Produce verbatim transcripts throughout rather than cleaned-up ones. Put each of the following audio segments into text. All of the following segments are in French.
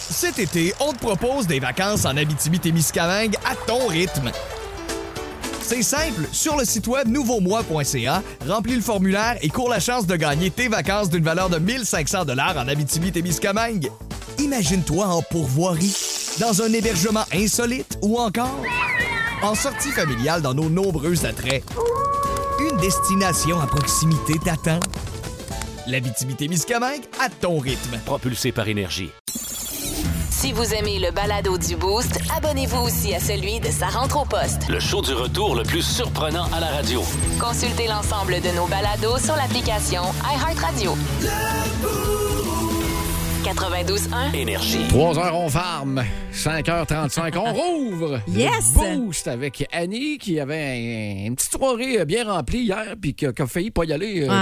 Cet été, on te propose des vacances en Abitibi-Témiscamingue à ton rythme. C'est simple, sur le site web nouveau moi point c a, remplis le formulaire et cours la chance de gagner tes vacances d'une valeur de mille cinq cents dollars en Abitibi-Témiscamingue. Imagine-toi en pourvoirie, dans un hébergement insolite ou encore en sortie familiale dans nos nombreux attraits. Une destination à proximité t'attend. L'Abitibi-Témiscamingue à ton rythme. Propulsé par Énergie. Si vous aimez le balado du Boost, abonnez-vous aussi à celui de Sa rentre au poste. Le show du retour le plus surprenant à la radio. Consultez l'ensemble de nos balados sur l'application iHeartRadio. quatre-vingt-douze un Énergie. trois heures, on farme. cinq heures trente-cinq, on rouvre. Yes! Le Boost avec Annie qui avait un, une petite soirée bien remplie hier puis qui a, qui a failli pas y aller. Euh,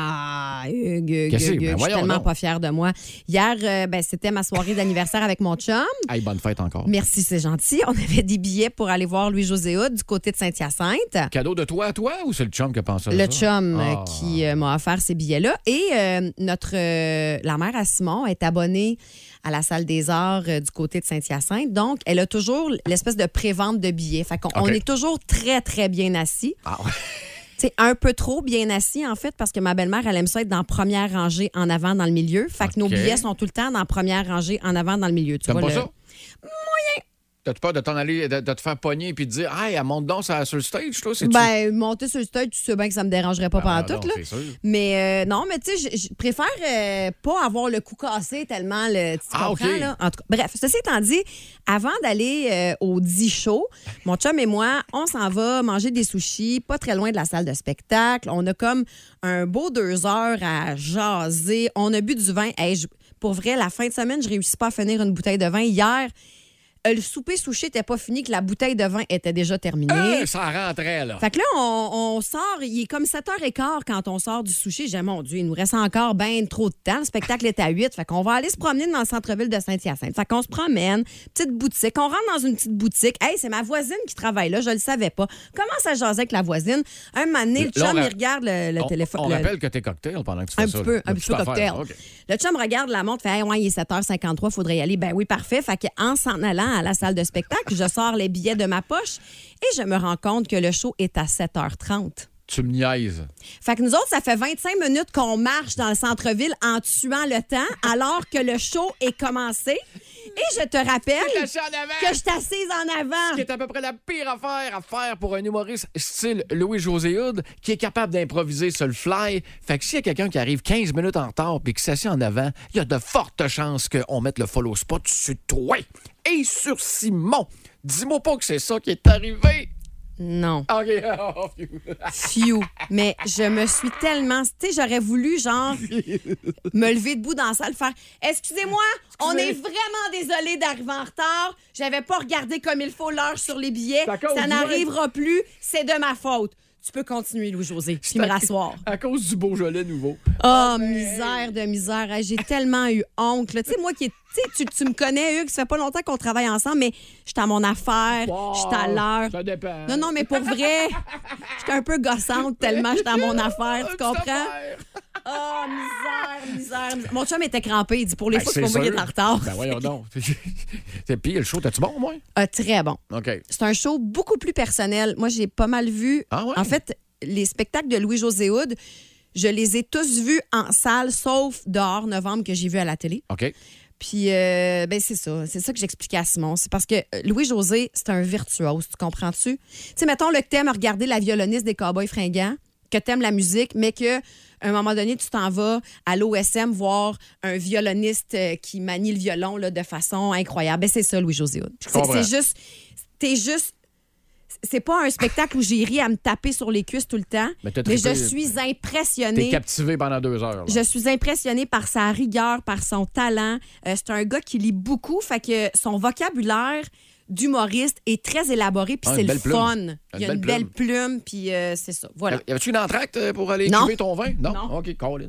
Ah, Hugues, Hugues, Qu'est-ce que c'est? Hugues, Ben je suis voyons tellement donc. pas fière de moi. Hier, euh, ben, c'était ma soirée d'anniversaire avec mon chum. Hey, bonne fête encore. Merci, c'est gentil. On avait des billets pour aller voir Louis-José Hood du côté de Saint-Hyacinthe. Cadeau de toi à toi ou c'est le chum qui a pensé à Le ça? chum euh, Ah. qui euh, m'a offert ces billets-là. Et euh, notre euh, la mère à Simon est abonnée à la salle des arts euh, du côté de Saint-Hyacinthe. Donc, elle a toujours l'espèce de pré-vente de billets. Fait qu'on on OK. est toujours très, très bien assis. Ah ouais. C'est un peu trop bien assis, en fait, parce que ma belle-mère, elle aime ça être dans la première rangée en avant dans le milieu. Fait que nos OK. billets sont tout le temps dans la première rangée en avant dans le milieu. Tu T'aimes vois, pas le- ça? Moyen. T'as-tu peur de t'en aller, de, de te faire pogner et de dire, hey, elle monte donc sur, sur le stage, toi? C'est-tu- Ben, monter sur le stage, tu sais bien que ça me dérangerait pas Ah, pendant tout, non, là. c'est sûr. Mais euh, non, mais tu sais, je- je préfère euh, pas avoir le cou cassé tellement le. Tu Ah, comprends, OK. là? En tout cas, bref, ceci étant dit, avant d'aller euh, au dix show, mon chum et moi, on s'en va manger des sushis, pas très loin de la salle de spectacle. On a comme un beau deux heures à jaser. On a bu du vin. Hey, je- pour vrai, la fin de semaine, je réussis pas à finir une bouteille de vin. Hier, euh, le souper sushi n'était pas fini, que la bouteille de vin était déjà terminée. Euh, ça rentrait, là. Fait que là, on, on sort, il est comme sept heures quinze quand on sort du sushi. J'ai dit, mon Dieu, il nous reste encore bien trop de temps. Le spectacle est à huit. Fait qu'on va aller se promener dans le centre-ville de Saint-Hyacinthe. Fait qu'on se promène, petite boutique. On rentre dans une petite boutique. Hey, c'est ma voisine qui travaille là, je le savais pas. Commence à jaser avec la voisine. Un moment donné, le Là, on chum, ra- il regarde le, le on, téléphone. On le- rappelle que t'es cocktail pendant que tu fais un ça. petit peu, là. un Une petit peu petite cocktail. affaire. OK. Le chum regarde la montre, fait hey, ouais, il est sept heures cinquante-trois, faudrait y aller. Ben oui, parfait. Fait qu'en s'en allant à la salle de spectacle, je sors les billets de ma poche et je me rends compte que le show est à sept heures trente. Tu me niaises. Fait que nous autres, ça fait vingt-cinq minutes qu'on marche dans le centre-ville en tuant le temps alors que le show est commencé. Et je te rappelle T'es assis en avant. que je suis assise en avant. Qui est à peu près la pire affaire à faire pour un humoriste style Louis-José Hood, qui est capable d'improviser sur le fly. Fait que s'il y a quelqu'un qui arrive quinze minutes en retard et qui s'assied en avant, il y a de fortes chances qu'on mette le follow spot sur toi et sur Simon. Dis-moi pas que c'est ça qui est arrivé. Non. OK. Oh, phew. Phew. Mais je me suis tellement... Tu sais, j'aurais voulu, genre, me lever debout dans la salle, faire « Excusez-moi, on est vraiment désolé d'arriver en retard. J'avais pas regardé comme il faut l'heure sur les billets. C'est à cause Ça du n'arrivera plus. C'est de ma faute. » Tu peux continuer, Louis-José, puis me rasseoir. À cause du Beaujolais nouveau. Oh, misère de misère. Hey, j'ai tellement eu honte. là. Tu sais, moi qui est. Tu sais, tu, tu me connais, Hugues, ça fait pas longtemps qu'on travaille ensemble, mais je suis à mon affaire, je suis à l'heure. Ça dépend. Non, non, mais pour vrai, j'étais un peu gossante tellement j'étais à mon affaire, tu comprends? Oh, misère, misère, misère. Mon chum était crampé. Il dit pour les Ben, fois c'est qu'il faut pas qu'il sûr. est en retard. Ben voyons donc. C'est pire, le show, t'as-tu bon, moi? Ah, très bon. OK. C'est un show beaucoup plus personnel. Moi, j'ai pas mal vu. Ah ouais? En fait, les spectacles de Louis-José Hood, je les ai tous vus en salle, sauf dehors, novembre, que j'ai vu à la télé. OK. Puis, euh, ben c'est ça. C'est ça que j'expliquais à Simon. C'est parce que euh, Louis-José, c'est un virtuose. Tu comprends-tu? Tu sais, mettons, le que t'aimes regarder la violoniste des Cowboys fringants, que t'aimes la musique, mais que à un moment donné, tu t'en vas à l'O S M voir un violoniste euh, qui manie le violon là, de façon incroyable. Ben, c'est ça, Louis-José Hood. C'est comprends. c'est juste... T'es juste... C'est pas un spectacle où j'ai ri à me taper sur les cuisses tout le temps, Mais t'as mais je trippé. suis T'es impressionnée. captivé pendant deux heures. là. Je suis impressionnée par sa rigueur, par son talent. Euh, c'est un gars qui lit beaucoup, fait que son vocabulaire d'humoriste est très élaboré, puis Ah, c'est une le belle plume. fun. Une Il y a belle une belle plume, puis euh, c'est ça. Voilà. Y avait-tu une entracte pour aller Non. cuver ton vin? Non? Non. OK, Colin.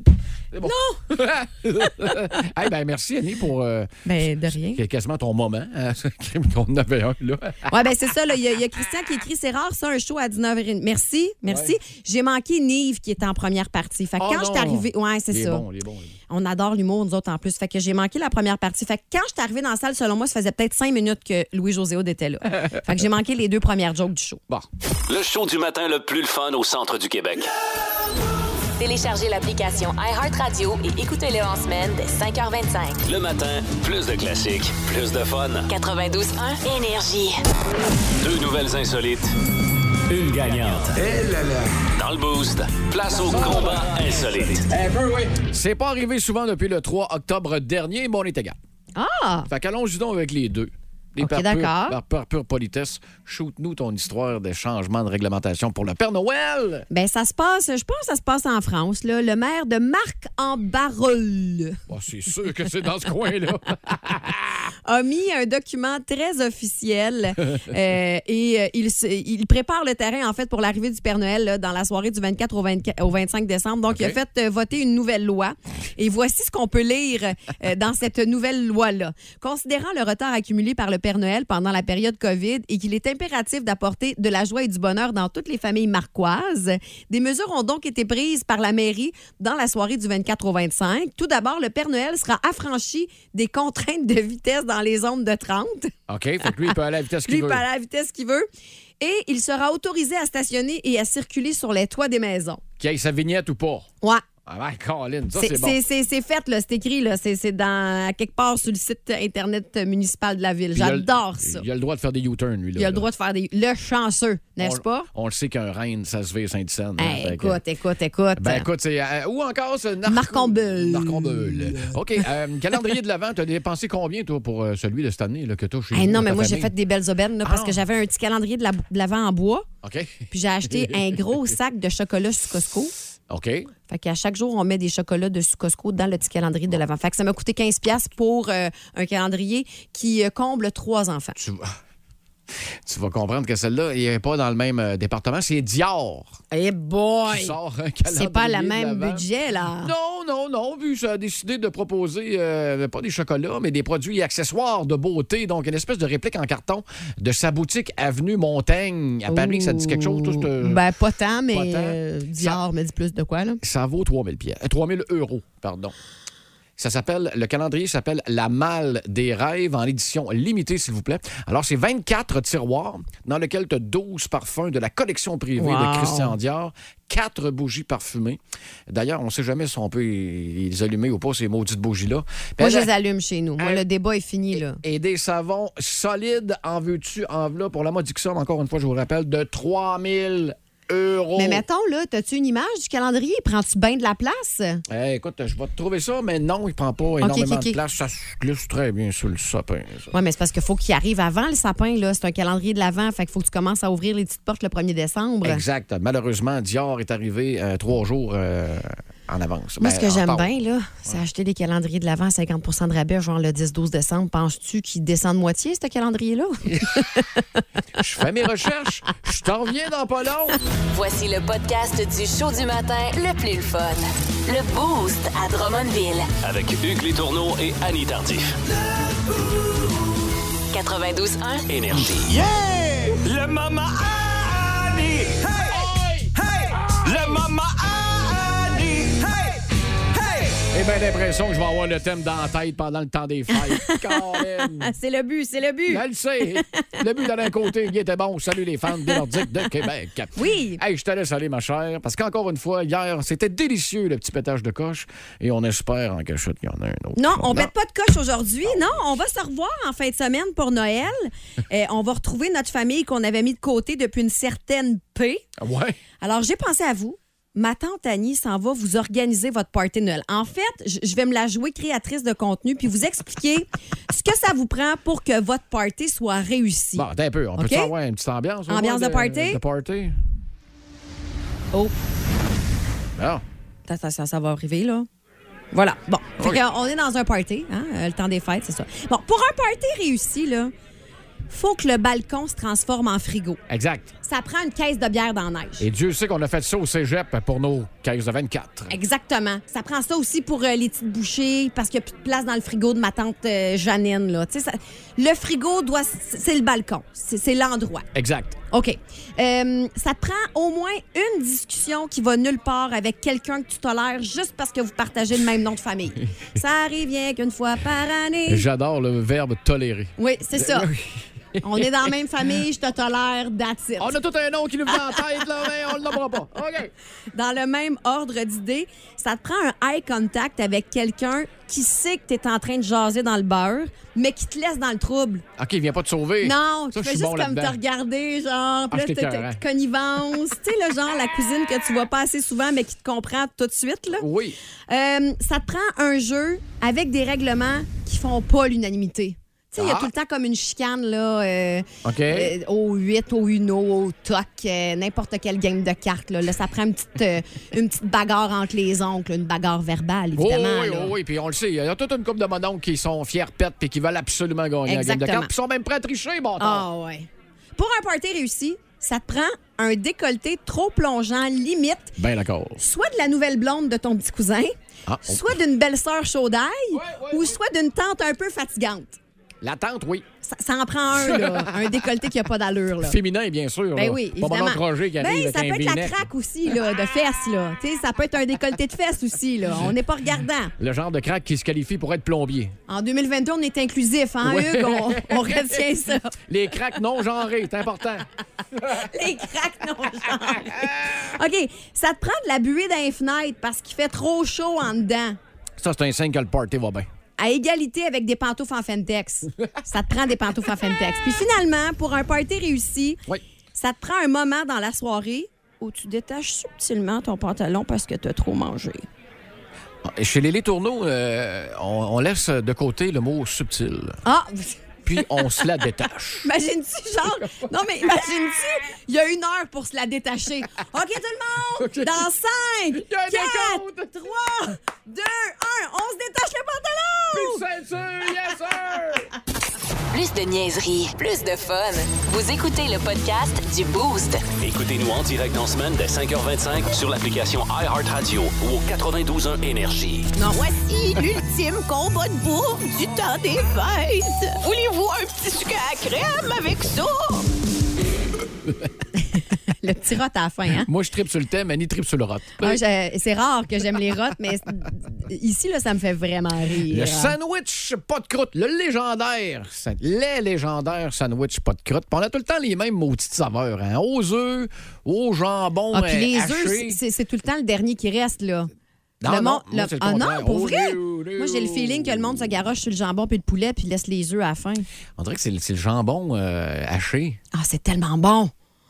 C'est bon. Non! hey, ben, merci, Annie, pour. Euh, ben, de rien. C'est quasiment ton moment. Hein, qu'on en avait un, là. ouais, ben, c'est ça. Il y, y a Christian qui écrit c'est rare, ça, un show à dix-neuf heures trente. Merci, merci. Ouais. J'ai manqué Nive qui était en première partie. Fait que oh quand je suis arrivée. Ouais, c'est il ça. Est bon, il est bon, il est bon. On adore l'humour, nous autres, en plus. Fait que j'ai manqué la première partie. Fait que quand je suis arrivée dans la salle, selon moi, ça faisait peut-être cinq minutes que Louis-José Hood était là. Fait que j'ai manqué les deux premières jokes du show. Bon. Le show du matin le plus le fun au centre du Québec. Téléchargez l'application iHeartRadio et écoutez-le en semaine dès cinq heures vingt-cinq. Le matin, plus de classiques, plus de fun. quatre-vingt-douze un Énergie. Deux nouvelles insolites. Une gagnante. Eh là là. Dans le Boost, place au combat insolite. Un peu, oui. C'est pas arrivé souvent depuis le trois octobre dernier, mais on est égal. Ah! Fait qu'allons-y donc avec les deux. Les OK, par d'accord. Pure, par, par pure politesse, shoot-nous ton histoire de changement de réglementation pour le Père Noël. Ben ça se passe, je pense que ça se passe en France, là. Le maire de Marc-en-Barœul. Oh, c'est sûr que c'est dans ce coin-là. a mis un document très officiel euh, et euh, il, il prépare le terrain, en fait, pour l'arrivée du Père Noël là, dans la soirée du vingt-quatre au, vingt-quatre, au vingt-cinq décembre. Donc, okay. Il a fait euh, voter une nouvelle loi. Et voici ce qu'on peut lire euh, dans cette nouvelle loi-là. Considérant le retard accumulé par le Père Noël pendant la période COVID et qu'il est impératif d'apporter de la joie et du bonheur dans toutes les familles marquoises, des mesures ont donc été prises par la mairie dans la soirée du vingt-quatre au vingt-cinq. Tout d'abord, le Père Noël sera affranchi des contraintes de vitesse dans les zones de trente. OK, fait que lui, il peut aller à la vitesse qu'il lui, veut. Lui, il peut aller à la vitesse qu'il veut. Et il sera autorisé à stationner et à circuler sur les toits des maisons. Qu'il ait sa vignette ou pas. Ouais. Ah ouais, Colin, ça, c'est, c'est bon. C'est, c'est, c'est fait, là, c'est écrit, là. C'est, c'est dans, à quelque part sur le site Internet municipal de la ville. Puis j'adore il ça. Il a le droit de faire des U-turns, lui. Là, il a le là. droit de faire des... Le chanceux, n'est-ce on, pas? On le sait qu'un reine, ça se fait à Saint-Hyacinthe. Hey, hein, écoute, que... écoute, écoute. Ben écoute, c'est... Euh, où encore, ce... Nar- Marc-en-Beul. Marc-en-Beul. OK, euh, calendrier de l'Avent, t'as dépensé combien, toi, pour euh, celui de cette année, là, que t'as chez hey, vous, non, mais moi, famille? j'ai fait des belles aubaines, là, parce ah. que j'avais un petit calendrier de, la... de l'Avent en bois. OK. Puis j'ai acheté un gros sac de chocolat sur Costco. OK. Fait qu'à chaque jour, on met des chocolats de Costco dans le petit calendrier de l'Avent. Fait que ça m'a coûté quinze dollars pour euh, un calendrier qui euh, comble trois enfants. Tu vas... Tu vas comprendre que celle-là, il n'est pas dans le même euh, département. C'est Dior. Eh hey boy! Qui sort un calendrier c'est pas le de même l'Avent. budget, là. Non, non, non. Vu ça a décidé de proposer, euh, pas des chocolats, mais des produits et accessoires de beauté. Donc, une espèce de réplique en carton de sa boutique Avenue Montaigne. À Paris, Ouh. Ça dit quelque chose? Tout, euh... Ben, pas tant, mais pas tant. Euh, Dior ça... me dit plus de quoi, là? Ça vaut trois mille pièces. trois mille euros, pardon. Ça s'appelle, le calendrier s'appelle La Malle des Rêves en édition limitée, s'il vous plaît. Alors, c'est vingt-quatre tiroirs dans lesquels tu as douze parfums de la collection privée wow. de Christian Dior, quatre bougies parfumées. D'ailleurs, on ne sait jamais si on peut les allumer ou pas, ces maudites bougies-là. Moi, je les allume chez nous. Moi, hein? Le débat est fini, là. Et, et des savons solides, en veux-tu, en v'là, pour la modique somme, encore une fois, je vous rappelle, de trois mille euros. Mais mettons, là, as-tu une image du calendrier? Prends-tu bien de la place? Hey, écoute, je vais te trouver ça, mais non, il prend pas énormément okay, okay, okay. de place. Ça se glisse très bien sur le sapin. Oui, mais c'est parce qu'il faut qu'il arrive avant le sapin, là. C'est un calendrier de l'Avent, fait qu'il faut que tu commences à ouvrir les petites portes le premier décembre. Exact. Malheureusement, Dior est arrivé euh, trois jours euh, en avance. Moi, ben, ce que j'aime part. bien, là, c'est ouais. acheter des calendriers de l'Avent à cinquante pour cent de rabais, genre le dix douze décembre. Penses-tu qu'il descend de moitié, ce calendrier-là? Je fais mes recherches. Je t'en reviens dans pas long. Voici le podcast du show du matin le plus le fun. Le Boost à Drummondville. Avec Hugues Létourneau et Annie Tardif. quatre-vingt-douze un Énergie. Yeah! Le Mama Annie! Hey! Hey! Le Mama Annie! Hey! Hey! J'ai bien l'impression que je vais avoir le thème dans la tête pendant le temps des fêtes. C'est le but, c'est le but. Je le sais. Le but d'un côté, il était bon. Salut les fans des Nordiques de Québec. Oui. Hey, je te laisse aller, ma chère, parce qu'encore une fois, hier, c'était délicieux, le petit pétage de coche, et on espère en cachette qu'il y en a un autre. Non, on ne pète pas de coche aujourd'hui. Non, on va se revoir en fin de semaine pour Noël. Et on va retrouver notre famille qu'on avait mis de côté depuis une certaine paix. Ouais. Alors, j'ai pensé à vous. Ma tante Annie s'en va vous organiser votre party de Noël. En fait, je vais me la jouer créatrice de contenu puis vous expliquer ce que ça vous prend pour que votre party soit réussi. Bon, attends un peu. On okay? peut avoir une petite ambiance? Ambiance de, de party? De party. Oh. Ah. Ça, ça, ça va arriver, là. Voilà. Bon. Fait okay. on est dans un party, hein? Le temps des fêtes, c'est ça. Bon, pour un party réussi, là, faut que le balcon se transforme en frigo. Exact. ça prend une caisse de bière dans la neige. Et Dieu sait qu'on a fait ça au cégep pour nos caisses de vingt-quatre. Exactement. Ça prend ça aussi pour euh, les petites bouchées parce qu'il n'y a plus de place dans le frigo de ma tante euh, Janine. Là. Tu sais, ça- le frigo, doit, c'est le balcon. C'est, c'est l'endroit. Exact. OK. Euh, ça te prend au moins une discussion qui va nulle part avec quelqu'un que tu tolères juste parce que vous partagez le même nom de famille. Ça arrive rien qu'une fois par année. J'adore le verbe tolérer. Oui, c'est ça. On est dans la même famille, je te tolère, that's it. On a tout un nom qui nous vient en tête, là, mais on le nommera pas. OK. Dans le même ordre d'idée, ça te prend un eye contact avec quelqu'un qui sait que tu es en train de jaser dans le beurre, mais qui te laisse dans le trouble. OK, il vient pas te sauver. Non, Ça, tu je fais suis juste bon comme là-dedans. te regarder, genre, puis Ah, là, c'est t'as écœurant. t'as connivence. Tu sais, le genre, la cousine que tu vois pas assez souvent, mais qui te comprend tout de suite, là. Oui. Euh, ça te prend un jeu avec des règlements qui font pas l'unanimité. Tu sais, il y a Ah. tout le temps comme une chicane, là, euh, OK. euh, au huit, au Uno, au toc, euh, n'importe quel game de cartes. Là. Là, ça prend une petite, euh, une petite bagarre entre les oncles, une bagarre verbale, Oh, évidemment. oui, là. oh, oui, puis on le sait. Il y a toute une couple de mononcles qui sont fiers pètes puis qui veulent absolument gagner la game de Exactement. cartes. Puis sont même prêts à tricher, bon temps. Ah ouais. Pour un party réussi, ça te prend un décolleté trop plongeant, limite, Ben d'accord. soit de la nouvelle blonde de ton petit cousin, Ah, oh. soit d'une belle-sœur chaudaille, ouais, ou ouais. soit d'une tante un peu fatigante. La tante, oui. Ça, ça en prend un, là, un décolleté qui a pas d'allure. Là. Féminin, bien sûr. Ben là. oui, Pas évidemment. mon oncle Roger qui arrive Ben, avec ça un peut être la V-neck. craque aussi, là, de fesses, là. Tu sais, ça peut être un décolleté de fesses aussi, là. On n'est pas regardant. Le genre de crack qui se qualifie pour être plombier. En deux mille vingt-deux, on est inclusif, hein, Ouais. Hugues? On, on retient ça. Les cracks non genrés, c'est important. Les craques non genrées. OK, ça te prend de la buée dans les fenêtres parce qu'il fait trop chaud en dedans. Ça, c'est un signe que le party va bien. À égalité avec des pantoufles en Fentex. Ça te prend des pantoufles en Fentex. Puis finalement, pour un party réussi, Oui. ça te prend un moment dans la soirée où tu détaches subtilement ton pantalon parce que tu as trop mangé. Et chez les Tourneaux, euh, on, on laisse de côté le mot subtil. Ah! Puis on se la détache. Imagine-tu, genre... Non, mais imagine-tu, il y a une heure pour se la détacher. OK, tout le monde! OK. Dans cinq, y a un quatre, décompte. trois, deux, un, on se détache le pantalon! Ceinture, yes sir! Plus de niaiserie, plus de fun. Vous écoutez le podcast du Boost. Écoutez-nous en direct en semaine dès cinq heures vingt-cinq sur l'application iHeartRadio ou au quatre-vingt-douze un Énergie. Voici l'ultime combat de bouffe du temps des fêtes. Voulez-vous un petit sucre à crème avec ça? Le petit rot à la fin, hein? Moi, je tripe sur le thème, Annie tripe sur le rot. Ah, je- c'est rare que j'aime les rottes, mais ici, là, ça me fait vraiment rire. Le sandwich pas de croûte, le légendaire, sa- les légendaires sandwich pas de croûte. Puis on a tout le temps les mêmes maudites saveurs, hein? Aux œufs, au jambon Ah, puis euh, les haché. œufs, c'est c'est tout le temps le dernier qui reste, là. Non, Le non, monde- moi, le- c'est le Ah contraire. non, pour Oh, vrai? no, no. Moi, j'ai le feeling que le monde se garoche sur le jambon puis le poulet puis laisse les œufs à la fin. On dirait que c'est le, c'est le jambon euh, haché. Ah, c'est tellement bon!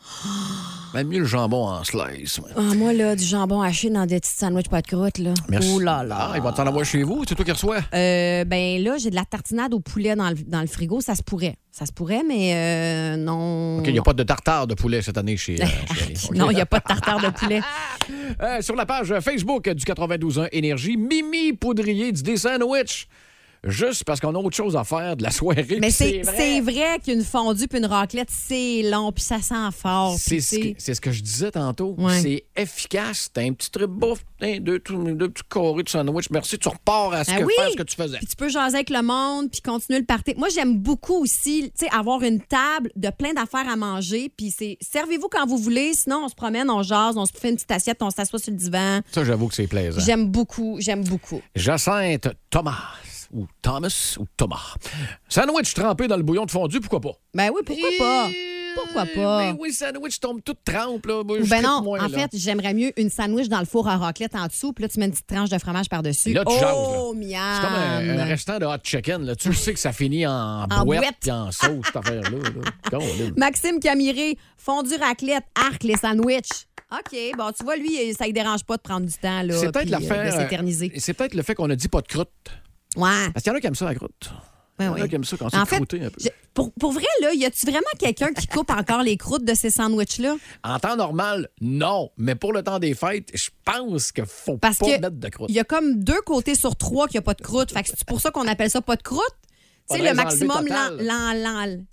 Même mieux le jambon en slice. ouais. Ah, moi, là, du jambon haché dans des petits sandwichs pas de croûte, là. Merci. Oh là là! Ah, il va t'en avoir chez vous, c'est toi qui reçois. Euh, ben là, j'ai de la tartinade au poulet dans le, dans le frigo. Ça se pourrait. Ça se pourrait, mais euh, non. OK, il n'y a pas de tartare de poulet cette année chez, euh, chez Annie. OK. Non, il n'y a pas de tartare de poulet. Euh, sur la page Facebook du quatre-vingt-douze un Énergie, Mimi Poudrier dit des sandwichs. Juste parce qu'on a autre chose à faire de la soirée. Mais puis c'est vrai. c'est vrai qu'une fondue puis une raclette, c'est long puis ça sent fort. C'est puis ce, que, c'est ce que je disais tantôt. Ouais. C'est efficace. T'as un petit trip bouffe, t'as deux, deux, deux petits carrés de sandwich. Merci, tu repars à ce Ah que, oui. faire ce que tu faisais. Puis tu peux jaser avec le monde puis continuer le party. Moi, j'aime beaucoup aussi, tu sais, avoir une table de plein d'affaires à manger. Puis c'est servez-vous quand vous voulez. Sinon, on se promène, on jase, on se fait une petite assiette, on s'assoit sur le divan. Ça, j'avoue que c'est plaisant. J'aime beaucoup, j'aime beaucoup. Jacinthe Thomas ou Thomas ou Thomas. Sandwich trempé dans le bouillon de fondu, pourquoi pas? Ben oui, pourquoi pas? Pourquoi pas? Ben oui, sandwich tombe tout trempe. Là. Moi, Ou je ben tripe non, moins, en là. fait, j'aimerais mieux une sandwich dans le four à raclette en dessous, puis là, tu mets une petite tranche de fromage par-dessus. Là, tu jases, là. oh, miam! C'est comme un, un restant de hot chicken. Là. Tu sais que ça finit en, En boîte boîte. et en sauce, cette affaire-là. Là. Colin. Maxime Camiré, fondu raclette, arc, les sandwichs. OK, bon, tu vois, lui, ça ne dérange pas de prendre du temps, là, C'est peut-être puis, euh, l'affaire. de s'éterniser. euh, C'est peut-être le fait qu'on a dit pas de croûte. Ouais. Parce qu'il y en a qui aiment ça, la croûte. Il Ouais, y en a ouais. qui aiment ça quand c'est En fait, croûté un peu. je- pour, pour vrai, là, y a-tu vraiment quelqu'un qui coupe encore les croûtes de ces sandwichs-là? En temps normal, non. Mais pour le temps des fêtes, je pense qu'il faut Parce pas que mettre de croûte. il y a comme deux côtés sur trois qu'il n'y a pas de croûte. Fait que c'est pour ça qu'on appelle ça pas de croûte. Tu sais, Faudrait le les maximum, enlever l'en, total. l'en- l'en-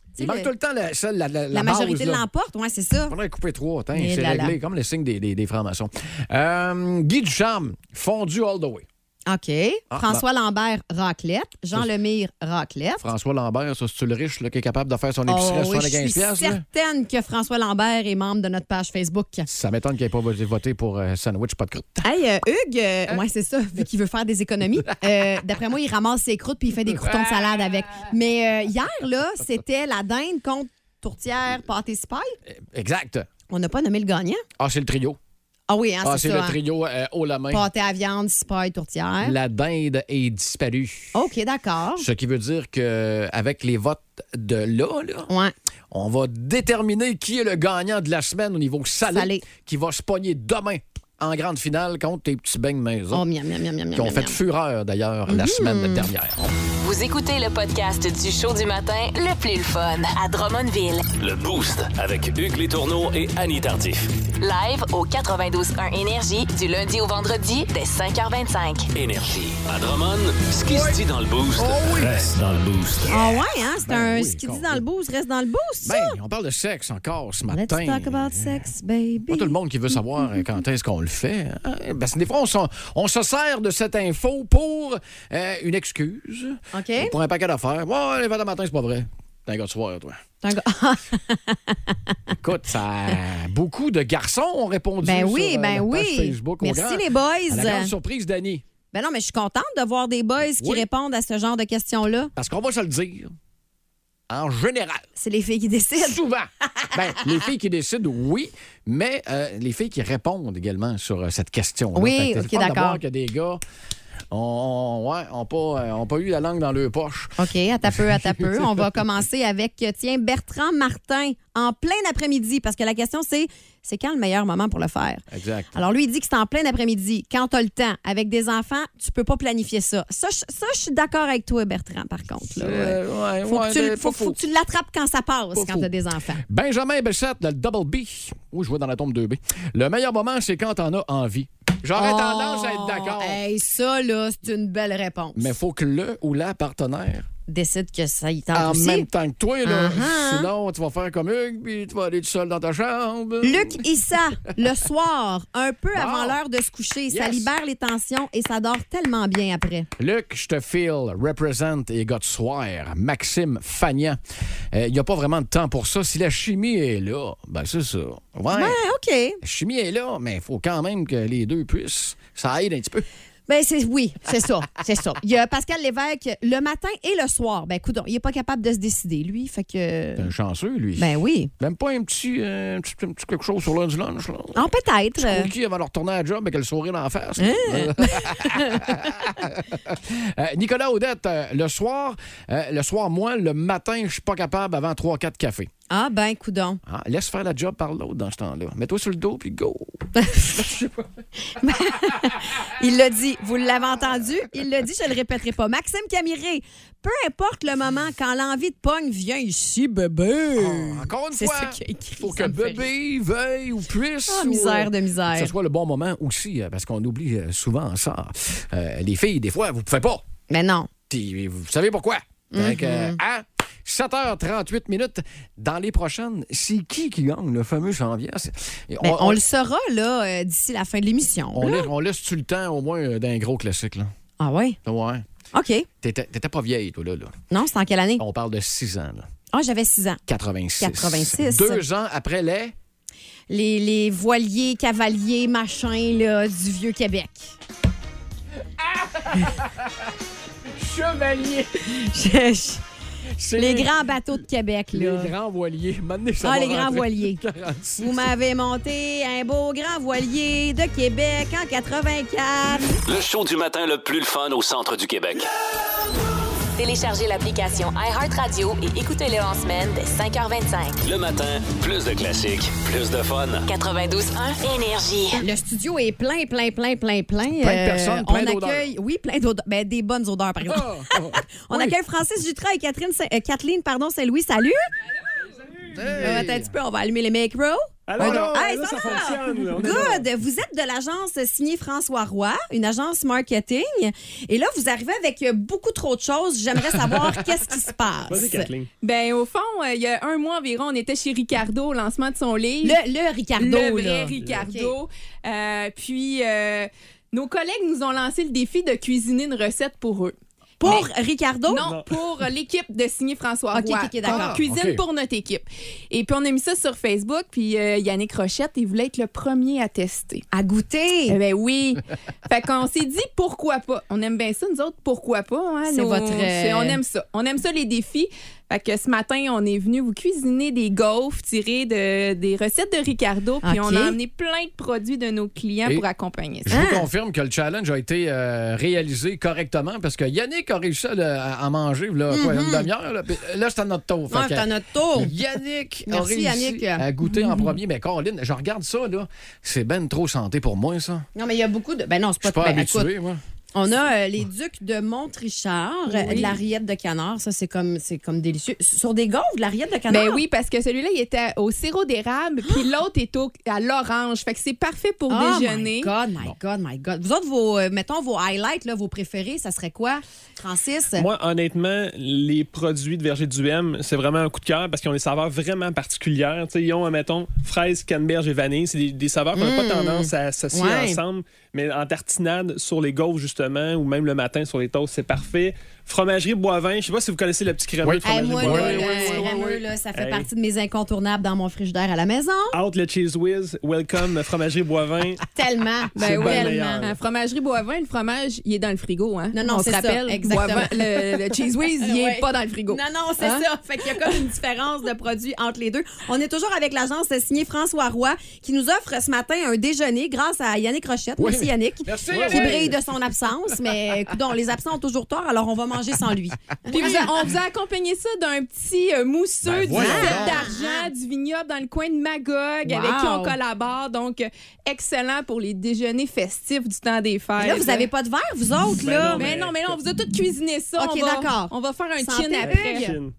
Il manque le- tout le temps la, celle, la, la, La base, majorité là. l'emporte, oui, c'est ça. Il faudrait couper trois. Attends, Et c'est là là. réglé, comme le signe des, des, des francs-maçons. Euh, Guy Ducharme, fondu all the way. OK. François Lambert, raclette. Jean Ah, Ça, Lemire, raclette. François Lambert, ça, c'est-tu le riche là, qui est capable de faire son épicerie à Oh, oui, je soixante-quinze suis piastres, là? certaine que François Lambert est membre de notre page Facebook. Ça m'étonne qu'il n'ait pas voté- voté pour euh, sandwich pas de croûte. Hey, euh, Hugues, euh, ouais, c'est ça, vu qu'il veut faire des économies. Euh, D'après moi, il ramasse ses croûtes puis il fait des croûtons de salade avec. Mais euh, hier, là, c'était la dinde contre tourtière, pâté cipaille. Exact. On n'a pas nommé le gagnant. Ah, c'est le trio. Ah oui, hein, Ah, c'est c'est ça. le hein. trio euh, haut la main. Pâté à viande, cipaille, tourtière. La dinde est disparue. OK, d'accord. Ce qui veut dire qu'avec les votes de là, là, Ouais. on va déterminer qui est le gagnant de la semaine au niveau salé, Salé. qui va se pogner demain en grande finale contre tes petits beignes maison. Oh, miam, miam, miam, miam, qui ont miam, fait miam. fureur, d'ailleurs, la semaine dernière. Vous écoutez le podcast du show du matin le plus le fun à Drummondville. Le Boost avec Hugues Létourneau et Annie Tardif. Live au quatre-vingt-douze point un Énergie du lundi au vendredi dès cinq heures vingt-cinq. Énergie. À Drummond, ce qui se dit dans le Boost reste dans le Boost. Ah ouais, hein? C'est Ben un oui, ce qui dit complet. dans le boost reste dans le boost, ça? Ben, on parle de sexe encore ce matin. Let's talk about sex, baby. Pas tout le monde qui veut savoir euh, quand est-ce qu'on le fait. hein. Parce que des fois, on, s'en- on se sert de cette info pour euh, une excuse. OK. Pour un paquet d'affaires. Ouais, les vendredis matin, c'est pas vrai. T'es un gars de soir, toi. C'est un gars- Écoute, ça, beaucoup de garçons ont répondu Ben sur oui, euh, ben la page oui. Facebook. au Merci, grand- les boys. À la grande surprise d'Annie. Ben non, mais je suis contente de voir des boys qui Oui. répondent à ce genre de questions-là. Parce qu'on va se le dire, en général, C'est les filles qui décident. souvent, ben, les filles qui décident, oui, mais euh, les filles qui répondent également sur euh, cette question. Oui, OK, d'accord. D'abord que des gars ont ouais, ont pas, euh, ont pas eu la langue dans leur poche. OK, à ta peu, à ta peu. On va commencer avec, euh, tiens, Bertrand Martin, en plein après-midi, parce que la question, c'est, c'est quand le meilleur moment pour le faire? Exact. Alors, lui, il dit que c'est en plein après-midi, quand tu as le temps. Avec des enfants, tu peux pas planifier ça. Ça, je, ça, je suis d'accord avec toi, Bertrand, par contre. Là, ouais. Euh, ouais, Faut, ouais, que tu, mais le- faut, pas faut faux. que tu l'attrapes quand ça passe, Pas quand faux. tu as des enfants. Benjamin Bessette, le double B. Oui, je vois dans la tombe deux B. Le meilleur moment, c'est quand t'en as envie. J'aurais Oh, tendance à être d'accord. Hey, ça, là, c'est une belle réponse. Mais faut que le ou la partenaire, Décide que ça y tente en aussi. même temps que toi, là, Uh-huh. sinon tu vas faire comme Hugues, puis tu vas aller tout seul dans ta chambre. Luc Issa, le soir, un peu Bon. avant l'heure de se coucher, ça Yes. libère les tensions et ça dort tellement bien après. Luc, je te feel, represent et gars de soir. Maxime Fagnan. Il n'y a pas vraiment de temps pour ça. Si la chimie est là, ben c'est ça. Ouais. Ouais, OK. La chimie est là, mais il faut quand même que les deux puissent. Ça aide un petit peu. Ben c'est oui, c'est ça, c'est ça. Il y a Pascal Lévesque le matin et le soir. Ben écoute, il est pas capable de se décider, lui, fait que C'est un chanceux, lui. ben oui. Même pas un petit, euh, un petit, un petit quelque chose sur l'heure du lunch, là. Ah, peut-être. euh, Cookie avant de retourner à la job avec le sourire dans la face. Hein? Euh, Nicolas Audette, euh, le soir, euh, le soir, moi, le matin, je suis pas capable avant trois quatre cafés. Ah ben coudon. Ah, laisse faire la job par l'autre dans ce temps-là. Mets-toi sur le dos, puis go. Il l'a dit, vous l'avez entendu, il l'a dit, je le répéterai pas. Maxime Camiré, peu importe le moment, quand l'envie de pogne vient ici, bébé. Ah, encore une C'est fois, ça qui a écrit, il faut ça que me fait bébé veuille ou puisse. Ah, ou, misère euh, de misère. Que ce soit le bon moment aussi, euh, parce qu'on oublie euh, souvent ça. Euh, les filles, des fois, vous pouvez pas. Mais non. Puis vous savez pourquoi? Fait que, Mm-hmm. à sept heures trente-huit minutes, dans les prochaines, c'est qui qui gagne le fameux janvier? C'est- Ben, on, le saura là euh, d'ici la fin de l'émission. on là. laisse, on laisse-tu le temps au moins euh, d'un gros classique, là? Ah ouais? Ouais. OK. T'étais, t'étais pas vieille, toi, là, là. Non, c'est en quelle année? On parle de six ans, là. Ah, j'avais six ans. quatre-vingt-six. quatre-vingt-six. Deux ans après les... Les, les voiliers, cavaliers, machin, là, du vieux Québec. Chevalier! Je- je- C'est les grands bateaux de Québec, là. Les grands voiliers. Maintenant, ça Ah, va les grands rentrer. voiliers. quarante-six. Vous m'avez monté un beau grand voilier de Québec en quatre-vingt-quatre. Le show du matin le plus le fun au centre du Québec. Téléchargez l'application iHeartRadio et écoutez-le en semaine dès cinq heures vingt-cinq. Le matin, plus de classiques, plus de fun. quatre-vingt-douze point un Énergie. Le studio est plein, plein, plein, plein, plein. Plein de personnes, plein on d'odeurs. accueille, oui, plein d'odeurs. Ben, des bonnes odeurs, par exemple. Ah, ah, On oui. accueille Francis Jutras et Catherine Saint- euh, Kathleen pardon, Saint-Louis. Salut! Hey. Euh, attends un petit peu, on va allumer les micros. Alors, Alors, là, hey, là, ça ça va. fonctionne. là. On est là. Good! Vous êtes de l'agence signée François Roy, une agence marketing. Et là, vous arrivez avec beaucoup trop de choses. J'aimerais savoir qu'est-ce qui se passe. Vas-y, Kathleen. Ben, au fond, euh, il y a un mois environ, on était chez Ricardo au lancement de son livre. Le, le Ricardo, Le vrai là. Ricardo. Euh, puis, euh, nos collègues nous ont lancé le défi de cuisiner une recette pour eux. Pour Ricardo? Non, Non. pour l'équipe de signer François OK, Roy. OK, OK, d'accord. On cuisine OK. pour notre équipe. Et puis, on a mis ça sur Facebook. Puis, euh, Yannick Rochette, il voulait être le premier à tester. À goûter. Eh ben oui. Fait qu'on s'est dit pourquoi pas. On aime bien ça, nous autres, pourquoi pas. Hein, C'est nos- votre, euh, c'est- On aime ça. On aime ça, les défis. Fait que ce matin, on est venu vous cuisiner des gaufres tirées de, des recettes de Ricardo. Puis OK. on a amené plein de produits de nos clients Et- pour accompagner Je ça. vous Ah. confirme que le challenge a été euh, réalisé correctement parce que Yannick a réussi à, le- à en manger là, quoi, une demi-heure. Là, Puis là, c'est à notre tour. Fait Ouais, que c'est à notre tour. Yannick a Merci, réussi Yannick. à goûter en premier. Mais Caroline, je regarde ça, là. C'est ben trop santé pour moi, ça. Non, mais il y a beaucoup de. Ben non, c'est Je pas suis pas ben, écoute, habitué, moi. on a euh, les ducs de Montrichard, euh, Oui. de la rillette de canard. Ça, c'est comme, c'est comme délicieux. Sur des gaufres, de la rillette de canard? Ben oui, parce que celui-là, il était au sirop d'érable, puis l'autre est au, à l'orange. Fait que c'est parfait pour Oh déjeuner. my God, my God, my God. Vous autres, vos, euh, mettons, vos highlights, là, vos préférés, ça serait quoi, Francis? Moi, honnêtement, les produits de Verger du M, c'est vraiment un coup de cœur parce qu'ils ont des saveurs vraiment particulières. Tu sais, ils ont, mettons, fraise, canneberge et vanille. C'est des, des saveurs qu'on n'a pas tendance à associer Ouais. ensemble. Mais en tartinade, sur les gaufres, justement, ou même le matin sur les toasts, c'est parfait. Fromagerie Boivin, je sais pas si vous connaissez le petit crémeux Oui. de Hey, Fromagerie moi, Boivin. là, ouais, le ouais, crémeux, ouais. là, ça fait Hey. partie de mes incontournables dans mon frigidaire à la maison. Out le Cheese Whiz, welcome Fromagerie Boivin. Tellement. Ben C'est oui, bien tellement. meilleur. La fromagerie Boivin, le fromage, il est dans le frigo. Hein? Non, non, On c'est se ça, rappelle, exactement. Boivin, le, le cheese whiz, il est Ouais. pas dans le frigo. Non, non, c'est Hein? ça. Fait qu'il y a comme une différence de produits entre les deux. On est toujours avec l'agence signée François Roy qui nous offre ce matin un déjeuner grâce à Yannick Rochette. Oui. Merci, Yannick. Merci, Qui Yannick. brille de son absence, mais écoute, les absents ont toujours tort, alors on va manger sans lui. Puis vous a- on vous a accompagné ça d'un petit euh, mousseux Ben, du voyons sel donc. d'argent du vignoble dans le coin de Magog Wow. avec qui on collabore. Donc, euh, excellent pour les déjeuners festifs du temps des fêtes. Et là, vous n'avez pas de verre, vous autres, Ben là? non, Mais non, mais non, on vous a tout cuisiné ça. OK, on va, d'accord. On va faire un Santé. chin après. Chine.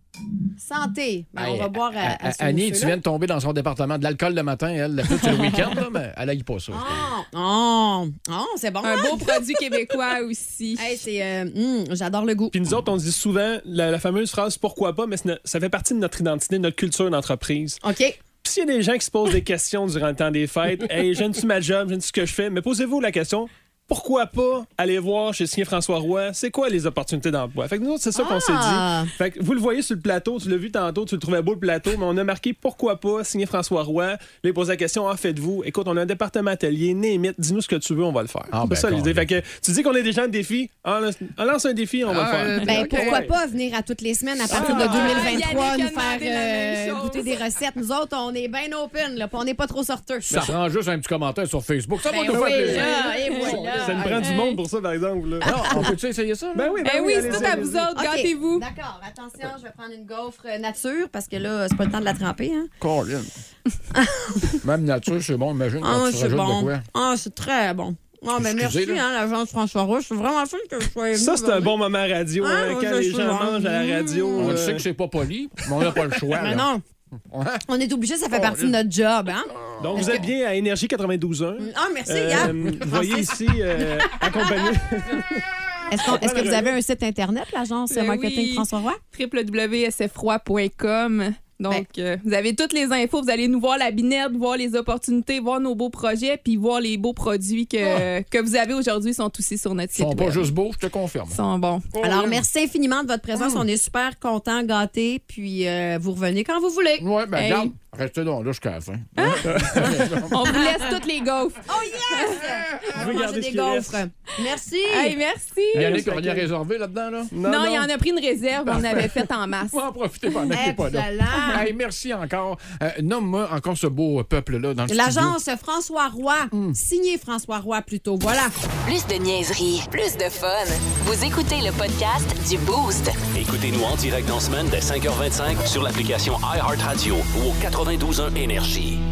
Santé. Ben, on Hey, va boire à, à à- ce Annie, tu mousseux-là. viens de tomber dans son département de l'alcool le matin, elle, le c'est le week-end, là, mais elle aille pas ça. Oh, oh, oh, c'est bon. Un hein? beau produit québécois aussi. Hey, c'est, euh, hum, j'adore le goût. Puis nous autres, on se dit souvent la, la fameuse phrase « pourquoi pas », mais c'est no- ça fait partie de notre identité, de notre culture d'entreprise. OK. Puis s'il y a des gens qui se posent des questions durant le temps des fêtes, « Hey, j'aime-tu ma job, j'aime-tu ce que je fais? » Mais posez-vous la question « Pourquoi pas aller voir chez Signé François Roy, c'est quoi les opportunités d'emploi? » Fait que nous autres, c'est ça qu'on s'est Ah. dit. Fait que vous le voyez sur le plateau, tu l'as vu tantôt, tu le trouvais beau le plateau, mais on a marqué « Pourquoi pas Signé François Roy? » Là, il pose la question « En faites-vous? » Écoute, on a un département atelier, name it, dis-nous ce que tu veux, on va le faire. Ah, c'est ben, ça l'idée. cool. Fait que tu dis qu'on est des gens de défi, on lance, on lance un défi, on va Ah, le faire. Ben, OK. pourquoi Ouais. pas venir à toutes les semaines à partir Ah, de deux mille vingt-trois Yannick a nous faire demandé la même euh, chose. goûter des recettes. Nous autres, on est bien open, là, puis on n'est pas trop sorteux. Ça prend juste un petit commentaire sur Facebook. Ça va Ben nous faire oui, plaisir. là, et voilà. Ça me prend du monde pour ça, par exemple. Là. Non, on peut-tu essayer ça? là? Ben oui, ben Eh oui, c'est allez-y, tout à allez-y. vous autres. OK, Gâtez-vous. D'accord, attention, je vais prendre une gaufre euh, nature parce que là, c'est pas le temps de la tremper. Hein? Colin. Même nature, c'est bon. Imagine Ah, quand tu c'est rajoutes de bon. quoi. Ah, c'est très bon. Ah, ben merci, Excusez, là. hein, l'agence François Roy. Je suis vraiment sûre que je sois venue Ça, c'est un aujourd'hui. bon moment radio. Ah, hein, moi, quand je les suis gens là. mangent à la radio. On le euh, sait que c'est pas poli, mais on n'a pas le choix. Mais là. non, Ouais. on est obligé, ça fait partie de notre job. Hein? Donc, vous êtes bien à Énergie quatre-vingt-douze point un. Ah, merci, Euh, Yann. vous voyez ici, euh, accompagné. Est-ce, qu'on- est-ce que vous avez un site Internet, l'agence Ben Marketing oui. François Roy? w w w point s f roy point com. Donc, Ben. euh, vous avez toutes les infos. Vous allez nous voir la binette, voir les opportunités, voir nos beaux projets, puis voir les beaux produits que, que vous avez aujourd'hui sont aussi sur notre Ils site sont pas web. juste beaux, je te confirme. Ils sont bons. Alors, merci infiniment de votre présence. On est super contents, gâtés. Puis, euh, vous revenez quand vous voulez. Ouais, ben Hey. regarde, restez donc là jusqu'à la fin. On vous laisse toutes les gaufres. Oh yes! On va Regardez manger ce des qui gaufres. reste. Merci. Hey, merci. Yannick, on rien réservé là-dedans, là? Non, il y en a pris une réserve. On avait fait en masse. On va en profiter pendant qu'il n'est pas là. Excellent. Hey, merci encore. Euh, Nomme-moi encore ce beau peuple-là dans le studio. L'agence François Roy, signé François Roy plutôt. Voilà. Plus de niaiserie, plus de fun. Vous écoutez le podcast du Boost. Écoutez-nous en direct en semaine dès cinq heures vingt-cinq sur l'application iHeartRadio ou au quatre-vingt-douze point un Énergie.